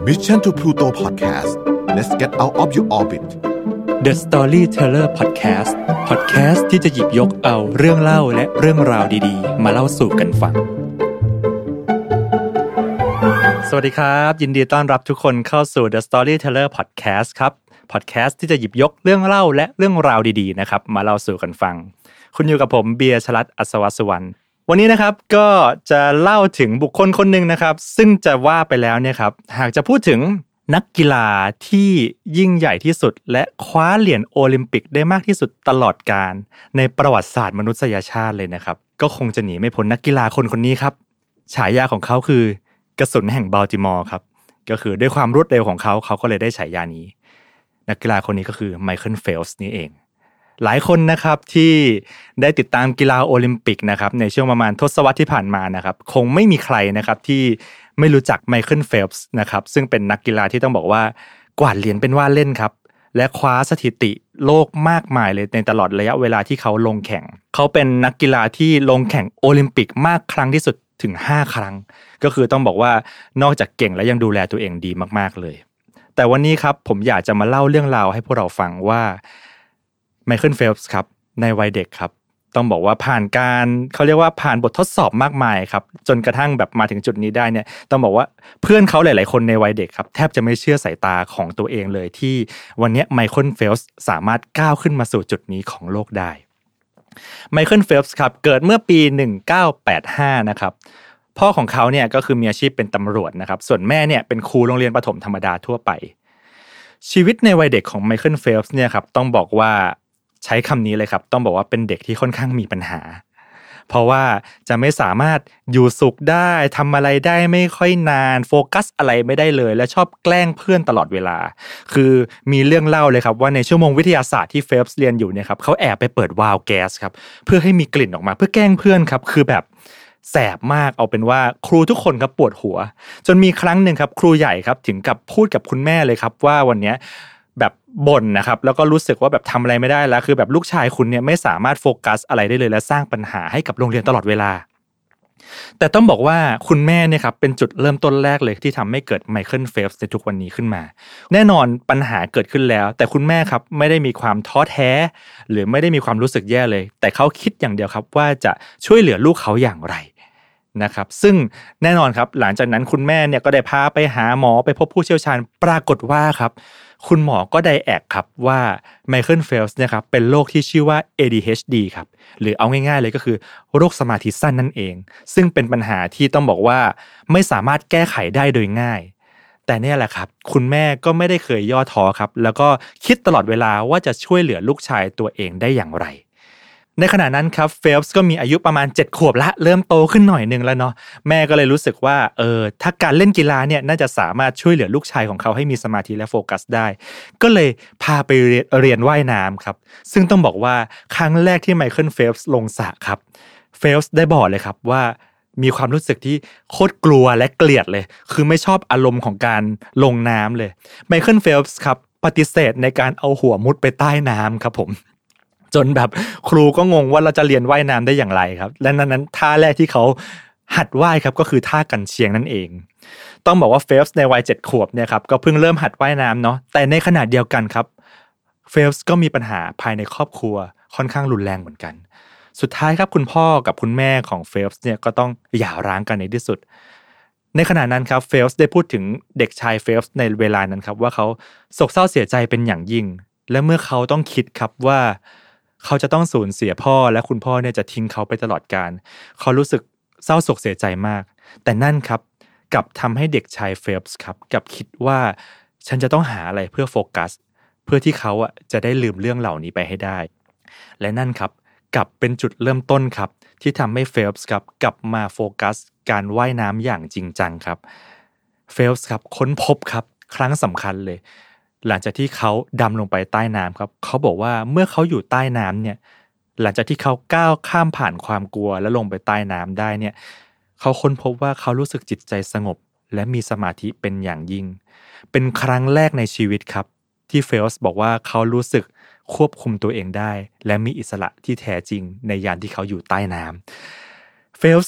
Mission to Pluto Podcast let's get out of your orbit The Storyteller Podcast ที่จะหยิบยกเอาเรื่องเล่าและเรื่องราวดีๆมาเล่าสู่กันฟังสวัสดีครับยินดีต้อนรับทุกคนเข้าสู่ The Storyteller Podcast ครับ Podcast ที่จะหยิบยกเรื่องเล่าและเรื่องราวดีๆนะครับมาเล่าสู่กันฟังคุณอยู่กับผมเบียร์ชลัดอัศวสุวรรณวันนี้นะครับก็จะเล่าถึงบุคคลคนหนึ่งนะครับซึ่งจะว่าไปแล้วเนี่ยครับหากจะพูดถึงนักกีฬาที่ยิ่งใหญ่ที่สุดและคว้าเหรียญโอลิมปิกได้มากที่สุดตลอดกาลในประวัติศาสตร์มนุษยชาติเลยนะครับก็คงจะหนีไม่พ้นนักกีฬาคนนี้ครับฉายาของเขาคือกระสุนแห่งบัลติมอร์ครับก็คือด้วยความรวดเร็วของเขาก็เลยได้ฉายานี้นักกีฬาคนนี้ก็คือไมเคิลเฟลส์นี่เองหลายคนนะครับที่ได้ติดตามกีฬาโอลิมปิกนะครับในช่วงประมาณทศวรรษที่ผ่านมานะครับคงไม่มีใครนะครับที่ไม่รู้จักไมเคิลเฟลป์ส์นะครับซึ่งเป็นนักกีฬาที่ต้องบอกว่ากวาดเหรียญเป็นว่าเล่นครับและคว้าสถิติโลกมากมายเลยในตลอดระยะเวลาที่เขาลงแข่งเขาเป็นนักกีฬาที่ลงแข่งโอลิมปิกมากครั้งที่สุดถึง5ครั้งก็คือต้องบอกว่านอกจากเก่งและยังดูแลตัวเองดีมากๆเลยแต่วันนี้ครับผมอยากจะมาเล่าเรื่องราวให้พวกเราฟังว่าไมเคิลเฟลป์ส์ครับในวัยเด็กครับต้องบอกว่าผ่านการเขาเรียกว่าผ่านบททดสอบมากมายครับจนกระทั่งแบบมาถึงจุดนี้ได้เนี่ยต้องบอกว่าเพื่อนเขาหลายๆคนในวัยเด็กครับแทบจะไม่เชื่อสายตาของตัวเองเลยที่วันนี้ไมเคิลเฟลป์ส์สามารถก้าวขึ้นมาสู่จุดนี้ของโลกได้ไมเคิลเฟลป์ส์ครับเกิดเมื่อปี1985นะครับพ่อของเขาเนี่ยก็คือมีอาชีพเป็นตำรวจนะครับส่วนแม่เนี่ยเป็นครูโรงเรียนประถมธรรมดาทั่วไปชีวิตในวัยเด็กของไมเคิลเฟลป์ส์เนี่ยครับต้องบอกว่าใช้คำนี้เลยครับต้องบอกว่าเป็นเด็กที่ค่อนข้างมีปัญหาเพราะว่าจะไม่สามารถอยู่สุขได้ทำอะไรได้ไม่ค่อยนานโฟกัสอะไรไม่ได้เลยและชอบแกล้งเพื่อนตลอดเวลาคือมีเรื่องเล่าเลยครับว่าในชั่วโมงวิทยาศาสตร์ที่เฟลป์ส์เรียนอยู่เนี่ยครับเขาแอบไปเปิดวาล์วแก๊สครับเพื่อให้มีกลิ่นออกมาเพื่อแกล้งเพื่อนครับคือแบบแสบมากเอาเป็นว่าครูทุกคนครับปวดหัวจนมีครั้งนึงครับครูใหญ่ครับถึงกับพูดกับคุณแม่เลยครับว่าวันนี้แบบบ่นนะครับแล้วก็รู้สึกว่าแบบทำอะไรไม่ได้แล้วคือแบบลูกชายคุณเนี่ยไม่สามารถโฟกัสอะไรได้เลยและสร้างปัญหาให้กับโรงเรียนตลอดเวลาแต่ต้องบอกว่าคุณแม่เนี่ยครับเป็นจุดเริ่มต้นแรกเลยที่ทำให้เกิดไมเคิลเฟลป์ส์ในทุกวันนี้ขึ้นมาแน่นอนปัญหาเกิดขึ้นแล้วแต่คุณแม่ครับไม่ได้มีความท้อแท้หรือไม่ได้มีความรู้สึกแย่เลยแต่เขาคิดอย่างเดียวครับว่าจะช่วยเหลือลูกเขาอย่างไรนะครับซึ่งแน่นอนครับหลังจากนั้นคุณแม่เนี่ยก็ได้พาไปหาหมอไปพบผู้เชี่ยวชาญปรากฏว่าครับคุณหมอก็ไดแอกครับว่าไมเคิลเฟลป์ส์เนี่ยครับเป็นโรคที่ชื่อว่า ADHD ครับหรือเอาง่ายๆเลยก็คือโรคสมาธิสั้นนั่นเองซึ่งเป็นปัญหาที่ต้องบอกว่าไม่สามารถแก้ไขได้โดยง่ายแต่เนี่ยแหละครับคุณแม่ก็ไม่ได้เคยย่อท้อครับแล้วก็คิดตลอดเวลาว่าจะช่วยเหลือลูกชายตัวเองได้อย่างไรในขณะนั้นครับเฟลป์ส์ก็มีอายุประมาณ7ขวบละเริ่มโตขึ้นหน่อยนึงแล้วเนาะแม่ก็เลยรู้สึกว่าถ้าการเล่นกีฬาเนี่ยน่าจะสามารถช่วยเหลือลูกชายของเขาให้มีสมาธิและโฟกัสได้ก็เลยพาไปเรียนว่ายน้ำครับซึ่งต้องบอกว่าครั้งแรกที่ไมเคิลเฟลป์ส์ลงสระครับเฟลป์ส์ได้บอกเลยครับว่ามีความรู้สึกที่โคตรกลัวและเกลียดเลยคือไม่ชอบอารมณ์ของการลงน้ำเลยไมเคิลเฟลป์ส์ครับปฏิเสธในการเอาหัวมุดไปใต้น้ำครับผมจนแบบครูก็งงว่าเราจะเรียนว่ายน้ำได้อย่างไรครับและนั้นท่าแรกที่เขาหัดว่ายครับก็คือท่ากันเชียงนั่นเองต้องบอกว่าเฟลป์ส์ในวัย7ขวบเนี่ยครับก็เพิ่งเริ่มหัดว่ายน้ำเนาะแต่ในขณะเดียวกันครับเฟลป์ส์ก็มีปัญหาภายในครอบครัวค่อนข้างรุนแรงเหมือนกันสุดท้ายครับคุณพ่อกับคุณแม่ของเฟลป์ส์เนี่ยก็ต้องหย่าร้างกันในที่สุดในขณะนั้นครับเฟลป์ส์ได้พูดถึงเด็กชายเฟลป์ส์ในเวลานั้นครับว่าเขาโศกเศร้าเสียใจเป็นอย่างยิ่งและเมื่อเขาต้องคิดครับว่าเขาจะต้องสูญเสียพ่อและคุณพ่อเนี่ยจะทิ้งเขาไปตลอดกาลเขารู้สึกเศร้าโศกเสียใจมากแต่นั่นครับกลับทำให้เด็กชายเฟลป์ส์ครับกลับคิดว่าฉันจะต้องหาอะไรเพื่อโฟกัสเพื่อที่เขาจะได้ลืมเรื่องเหล่านี้ไปให้ได้และนั่นครับกลับเป็นจุดเริ่มต้นครับที่ทำให้เฟลป์ส์ครับกลับมาโฟกัสการว่ายน้ำอย่างจริงจังครับเฟลป์ส์ครับค้นพบครับครั้งสำคัญเลยหลังจากที่เขาดำลงไปใต้น้ำครับเขาบอกว่าเมื่อเขาอยู่ใต้น้ำเนี่ยหลังจากที่เขาก้าวข้ามผ่านความกลัวและลงไปใต้น้ำได้เนี่ยเขาค้นพบว่าเขารู้สึกจิตใจสงบและมีสมาธิเป็นอย่างยิ่งเป็นครั้งแรกในชีวิตครับที่เฟลป์ส์บอกว่าเขารู้สึกควบคุมตัวเองได้และมีอิสระที่แท้จริงในยามที่เขาอยู่ใต้น้ำเฟลป์ส์ครับ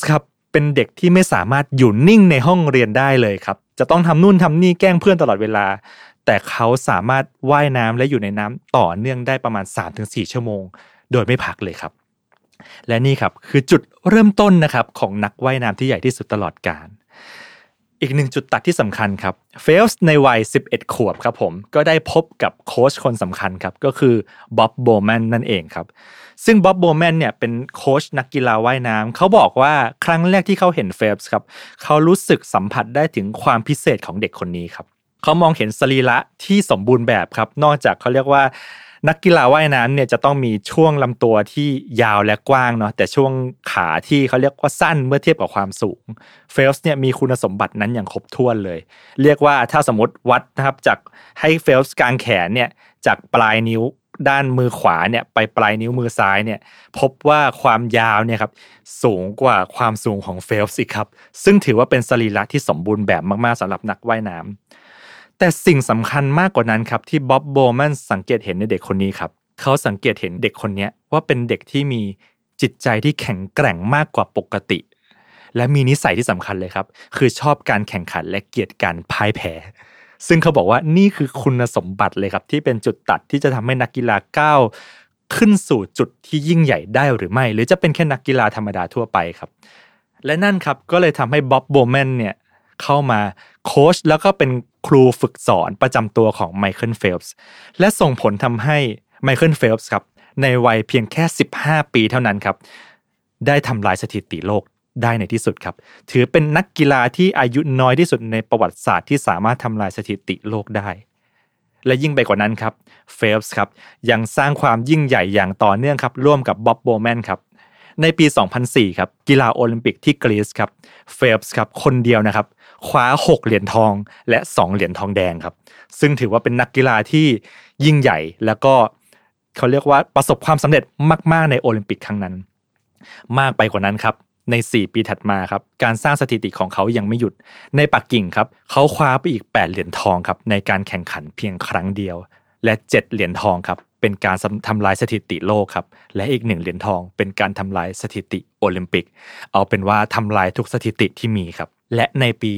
เป็นเด็กที่ไม่สามารถอยู่นิ่งในห้องเรียนได้เลยครับจะต้องทำนู่นทำนี่แกล้งเพื่อนตลอดเวลาแต่เขาสามารถว่ายน้ำและอยู่ในน้ำต่อเนื่องได้ประมาณ 3-4 ชั่วโมงโดยไม่พักเลยครับและนี่ครับคือจุดเริ่มต้นนะครับของนักว่ายน้ำที่ใหญ่ที่สุดตลอดกาลอีกหนึ่งจุดตัดที่สำคัญครับเฟลส์ในวัย11ขวบครับผมก็ได้พบกับโค้ชคนสำคัญครับก็คือบ๊อบโบว์แมนนั่นเองครับซึ่งบ๊อบโบว์แมนเนี่ยเป็นโค้ชนักกีฬาว่ายน้ำเขาบอกว่าครั้งแรกที่เขาเห็นเฟลส์ครับเขารู้สึกสัมผัสได้ถึงความพิเศษของเด็กคนนี้ครับเขามองเห็นสรีระที่สมบูรณ์แบบครับนอกจากเขาเรียกว่านักกีฬาว่ายน้ำเนี่ยจะต้องมีช่วงลำตัวที่ยาวและกว้างเนาะแต่ช่วงขาที่เขาเรียกว่าสั้นเมื่อเทียบกับความสูงเฟลส์เนี่ยมีคุณสมบัตินั้นอย่างครบถ้วนเลยเรียกว่าถ้าสมมติวัดนะครับจากให้เฟลส์กางแขนเนี่ยจากปลายนิ้วด้านมือขวาเนี่ยไปปลายนิ้วมือซ้ายเนี่ยพบว่าความยาวเนี่ยครับสูงกว่าความสูงของเฟลส์อีกครับซึ่งถือว่าเป็นสรีระที่สมบูรณ์แบบมากๆสำหรับนักว่ายน้ำแต่สิ่งสำคัญมากกว่านั้นครับที่บ๊อบโบว์แมนสังเกตเห็นในเด็กคนนี้ครับเขาสังเกตเห็นเด็กคนนี้ว่าเป็นเด็กที่มีจิตใจที่แข็งแกร่งมากกว่าปกติและมีนิสัยที่สำคัญเลยครับคือชอบการแข่งขันและเกลียดการพ่ายแพ้ซึ่งเขาบอกว่านี่คือคุณสมบัติเลยครับที่เป็นจุดตัดที่จะทำให้นักกีฬาก้าวขึ้นสู่จุดที่ยิ่งใหญ่ได้หรือไม่หรือจะเป็นแค่นักกีฬาธรรมดาทั่วไปครับและนั่นครับก็เลยทำให้บ๊อบโบว์แมนเนี่ยเข้ามาโค้ชแล้วก็เป็นครูฝึกสอนประจำตัวของไมเคิลเฟลป์และส่งผลทำให้ไมเคิลเฟลป์ครับในวัยเพียงแค่15ปีเท่านั้นครับได้ทำลายสถิติโลกได้ในที่สุดครับถือเป็นนักกีฬาที่อายุน้อยที่สุดในประวัติศาสตร์ที่สามารถทำลายสถิติโลกได้และยิ่งไปกว่านั้นครับเฟลป์ครับยังสร้างความยิ่งใหญ่อย่างต่อเนื่องครับร่วมกับบ๊อบโบว์แมนครับในปี 2004 ครับกีฬาโอลิมปิกที่กรีซครับเฟลป์ครับคนเดียวนะครับคว้า6เหรียญทองและ2เหรียญทองแดงครับซึ่งถือว่าเป็นนักกีฬาที่ยิ่งใหญ่แล้วก็เขาเรียกว่าประสบความสำเร็จมากๆในโอลิมปิกครั้งนั้นมากไปกว่านั้นครับใน4ปีถัดมาครับการสร้างสถิติของเขายังไม่หยุดในปักกิ่งครับเขาคว้าไปอีก8เหรียญทองครับในการแข่งขันเพียงครั้งเดียวและ7เหรียญทองครับเป็นการทำลายสถิติโลกครับและอีก1เหรียญทองเป็นการทำลายสถิติโอลิมปิกเอาเป็นว่าทำลายทุกสถิติที่มีครับและในปี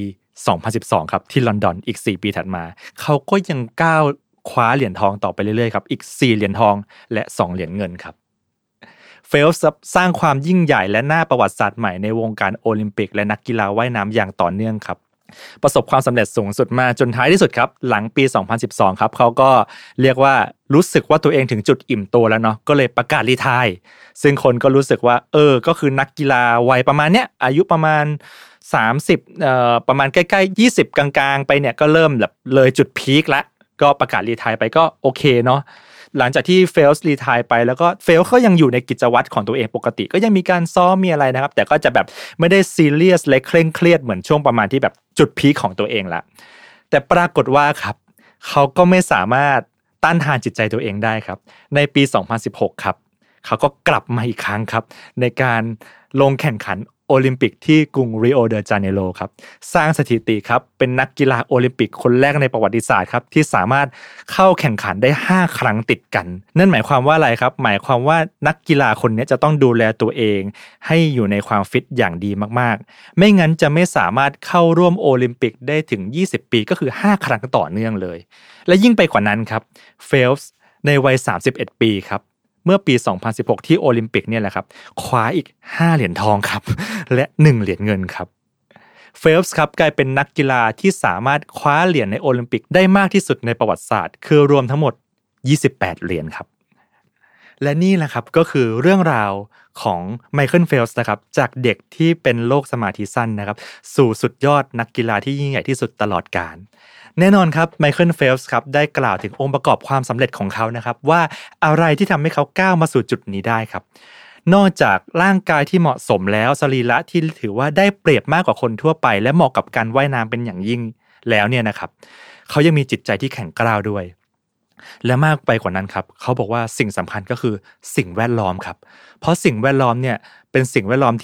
2012ครับที่ลอนดอนอีก4ปีถัดมาเขาก็ยังก้าวคว้าเหรียญทองต่อไปเรื่อยๆครับอีก4เหรียญทองและ2เหรียญเงินครับเฟลป์สร้างความยิ่งใหญ่และน่าประวัติศาสตร์ใหม่ในวงการโอลิมปิกและนักกีฬาว่ายน้ำอย่างต่อเนื่องครับประสบความสำเร็จสูงสุดมาจนท้ายที่สุดครับหลังปี2012ครับเขาก็เรียกว่ารู้สึกว่าตัวเองถึงจุดอิ่มตัวแล้วเนาะก็เลยประกาศรีไทร์ซึ่งคนก็รู้สึกว่าก็คือนักกีฬาวัยประมาณเนี้ยอายุประมาณ30ประมาณใกล้ๆ20กลางๆไปเนี่ยก็เริ่มแบบเลยจุดพีคละก็ประกาศรีไทร์ไปก็โอเคเนาะหลังจากที่เฟลส์รีไทร์ไปแล้วก็เฟลส์ก็ยังอยู่ในกิจวัตรของตัวเองปกติก็ยังมีการซ้อมมีอะไรนะครับแต่ก็จะแบบไม่ได้ซีเรียสและเคร่งเครียดเหมือนช่วงประมาณที่แบบจุดพีคของตัวเองละแต่ปรากฏว่าครับเขาก็ไม่สามารถต้านทานจิตใจตัวเองได้ครับในปี2016ครับเขาก็กลับมาอีกครั้งครับในการลงแข่งขันโอลิมปิกที่กรุงริโอเดจาเนโรครับสร้างสถิติครับเป็นนักกีฬาโอลิมปิกคนแรกในประวัติศาสตร์ครับที่สามารถเข้าแข่งขันได้5ครั้งติดกันนั่นหมายความว่าอะไรครับหมายความว่านักกีฬาคนนี้จะต้องดูแลตัวเองให้อยู่ในความฟิตอย่างดีมากๆไม่งั้นจะไม่สามารถเข้าร่วมโอลิมปิกได้ถึง20ปีก็คือ5ครั้งต่อเนื่องเลยและยิ่งไปกว่านั้นครับเฟลป์ในวัย31ปีครับเมื่อปี2016ที่โอลิมปิกเนี่ยแหละครับคว้าอีก5เหรียญทองครับและ1เหรียญเงินครับเฟลป์ครับกลายเป็นนักกีฬาที่สามารถคว้าเหรียญในโอลิมปิกได้มากที่สุดในประวัติศาสตร์คือรวมทั้งหมด28เหรียญครับและนี่แหละครับก็คือเรื่องราวของไมเคิลเฟลป์นะครับจากเด็กที่เป็นโรคสมาธิสั้นนะครับสู่สุดยอดนักกีฬาที่ยิ่งใหญ่ที่สุดตลอดกาลแน่นอนครับไมเคิลเฟลป์ครับได้กล่าวถึงองค์ประกอบความสำเร็จของเขานะครับว่าอะไรที่ทำให้เขาก้าวมาสู่จุดนี้ได้ครับนอกจากร่างกายที่เหมาะสมแล้วสรีระที่ถือว่าได้เปรียบมากกว่าคนทั่วไปและเหมาะกับการว่ายน้ำเป็นอย่างยิ่งแล้วเนี่ยนะครับเขายังมีจิตใจที่แข็งกร้าวด้วยและมากไปกว่านั้นครับเขาบอกว่าสิ่งสำคัญก็คือสิ่งแวดล้อมครับเพราะสิ่งแวดล้อมเนี่ยเป็นสิ่งแวดล้อมที่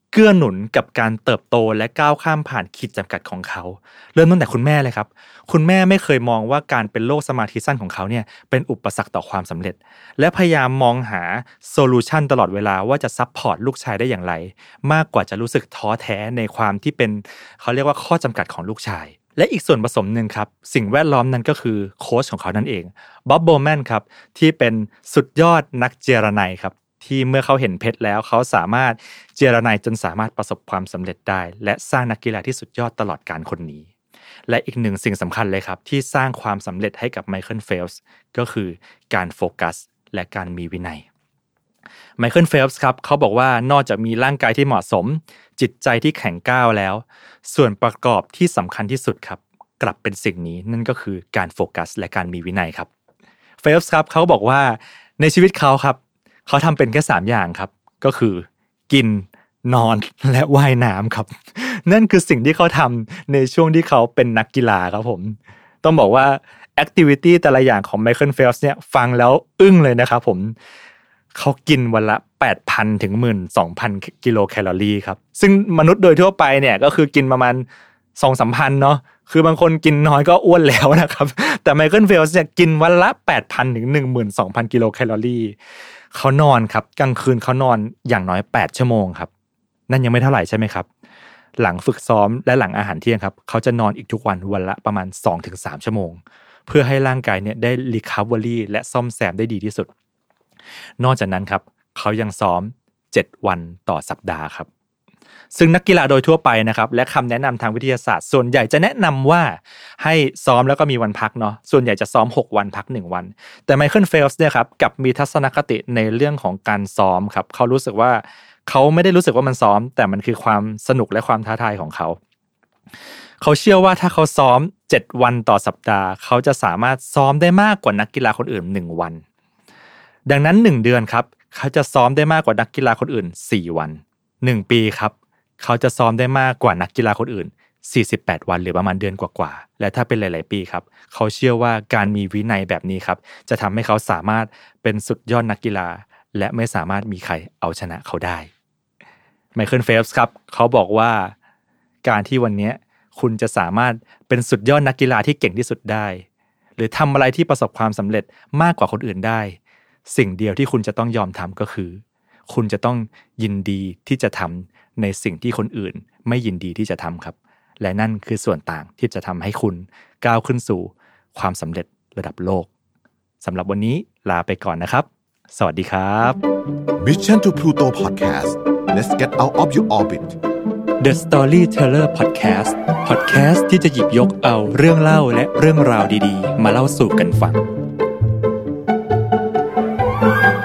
เกื้อหนุนกับการเติบโตและก้าวข้ามผ่านขีดจำกัดของเขาเริ่มตั้งแต่คุณแม่เลยครับคุณแม่ไม่เคยมองว่าการเป็นโรคสมาธิสั้นของเขาเนี่ยเป็นอุปสรรคต่อความสำเร็จและพยายามมองหาโซลูชันตลอดเวลาว่าจะซัพพอร์ตลูกชายได้อย่างไรมากกว่าจะรู้สึกท้อแท้ในความที่เป็นเขาเรียกว่าข้อจำกัดของลูกชายและอีกส่วนผสมหนึ่งครับสิ่งแวดล้อมนั้นก็คือโค้ชของเขานั่นเองบ๊อบโบแมนครับที่เป็นสุดยอดนักเจรไนครับที่เมื่อเขาเห็นเพชรแล้วเขาสามารถเจรไนจนสามารถประสบความสำเร็จได้และสร้างนักกีฬาที่สุดยอดตลอดกาลคนนี้และอีกหนึ่งสิ่งสำคัญเลยครับที่สร้างความสำเร็จให้กับไมเคิลเฟลป์ก็คือการโฟกัสและการมีวินัยไมเคิลเฟลป์ครับเขาบอกว่านอกจากมีร่างกายที่เหมาะสมจิตใจที่แข็งก้าวแล้วส่วนประกอบที่สำคัญที่สุดครับกลับเป็นสิ่งนี้นั่นก็คือการโฟกัสและการมีวินัยครับเฟลป์ครับเขาบอกว่าในชีวิตเขาครับเขาทำเป็นแค่3อย่างครับก็คือกินนอนและว่ายน้ำครับนั่นคือสิ่งที่เขาทำในช่วงที่เขาเป็นนักกีฬาครับผมต้องบอกว่าแอคทิวิตี้แต่ละอย่างของไมเคิลเฟลป์เนี่ยฟังแล้วอึ้งเลยนะครับผมเขากินวันละ 8,000 ถึง 12,000 กิโลแคลอรี่ครับซึ่งมนุษย์โดยทั่วไปเนี่ยก็คือกินประมาณ 2-3 พันเนาะคือบางคนกินน้อยก็อ้วนแล้วนะครับแต่ไมเคิลเฟลป์เนี่ยกินวันละ 8,000 ถึง 12,000 กิโลแคลอรี่เขานอนครับกลางคืนเขานอนอย่างน้อย8ชั่วโมงครับนั่นยังไม่เท่าไหร่ใช่ไหมครับหลังฝึกซ้อมและหลังอาหารเที่ยงครับเขาจะนอนอีกทุกวันวันละประมาณ 2-3 ชั่วโมงเพื่อให้ร่างกายเนี่ยได้รีคัฟเวอรี่และซ่อมแซมได้ดีที่สุดนอกจากนั้นครับเขายังซ้อม7วันต่อสัปดาห์ครับซึ่งนักกีฬาโดยทั่วไปนะครับและคำแนะนำทางวิทยาศาสตร์ส่วนใหญ่จะแนะนำว่าให้ซ้อมแล้วก็มีวันพักเนาะส่วนใหญ่จะซ้อม6วันพัก1วันแต่ไมเคิลเฟลป์เนี่ยครับกับมีทัศนคติในเรื่องของการซ้อมครับเขารู้สึกว่าเขาไม่ได้รู้สึกว่ามันซ้อมแต่มันคือความสนุกและความท้าทายของเขาเชื่อว่าถ้าเขาซ้อม7วันต่อสัปดาห์เขาจะสามารถซ้อมได้มากกว่านักกีฬาคนอื่น1วันดังนั้น1เดือนครับเขาจะซ้อมได้มากกว่านักกีฬาคนอื่น4วัน1ปีครับเขาจะซ้อมได้มากกว่านักกีฬาคนอื่น48วันหรือประมาณเดือนกว่าๆและถ้าเป็นหลายๆปีครับเขาเชื่อว่าการมีวินัยแบบนี้ครับจะทำให้เขาสามารถเป็นสุดยอดนักกีฬาและไม่สามารถมีใครเอาชนะเขาได้ไมเคิลเฟลป์ครับเขาบอกว่าการที่วันนี้คุณจะสามารถเป็นสุดยอดนักกีฬาที่เก่งที่สุดได้หรือทำอะไรที่ประสบความสำเร็จมากกว่าคนอื่นได้สิ่งเดียวที่คุณจะต้องยอมทำก็คือคุณจะต้องยินดีที่จะทำในสิ่งที่คนอื่นไม่ยินดีที่จะทำครับและนั่นคือส่วนต่างที่จะทำให้คุณก้าวขึ้นสู่ความสำเร็จระดับโลกสำหรับวันนี้ลาไปก่อนนะครับสวัสดีครับ Mission to Pluto Podcast Let's get out of your orbit The Storyteller Podcast ที่จะหยิบยกเอาเรื่องเล่าและเรื่องราวดีๆมาเล่าสู่กันฟัง